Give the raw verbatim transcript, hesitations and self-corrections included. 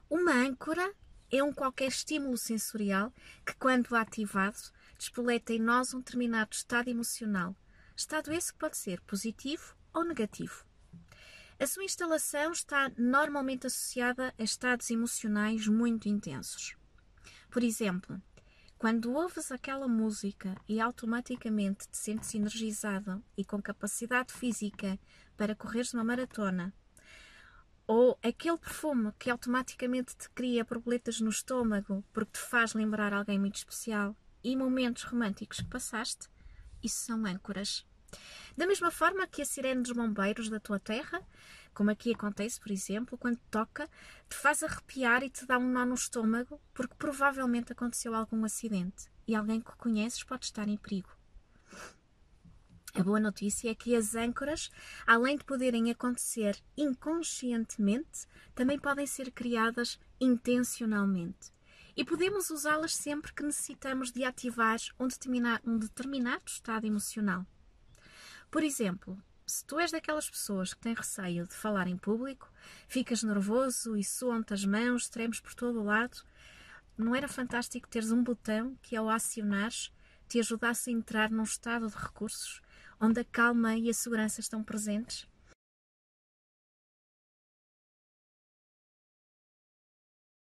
Uma âncora é um qualquer estímulo sensorial que, quando ativado, despoleta em nós um determinado estado emocional. Estado esse que pode ser positivo ou negativo. A sua instalação está normalmente associada a estados emocionais muito intensos. Por exemplo, quando ouves aquela música e automaticamente te sentes energizado e com capacidade física para correres uma maratona, ou aquele perfume que automaticamente te cria borboletas no estômago porque te faz lembrar alguém muito especial e momentos românticos que passaste, isso são âncoras. Da mesma forma que a sirene dos bombeiros da tua terra, como aqui acontece, por exemplo, quando toca, te faz arrepiar e te dá um nó no estômago porque provavelmente aconteceu algum acidente e alguém que conheces pode estar em perigo. A boa notícia é que as âncoras, além de poderem acontecer inconscientemente, também podem ser criadas intencionalmente. E podemos usá-las sempre que necessitamos de ativar um determinado, um determinado estado emocional. Por exemplo, se tu és daquelas pessoas que têm receio de falar em público, ficas nervoso e suam-te as mãos, tremes por todo o lado, não era fantástico teres um botão que, ao acionares, te ajudasse a entrar num estado de recursos onde a calma e a segurança estão presentes?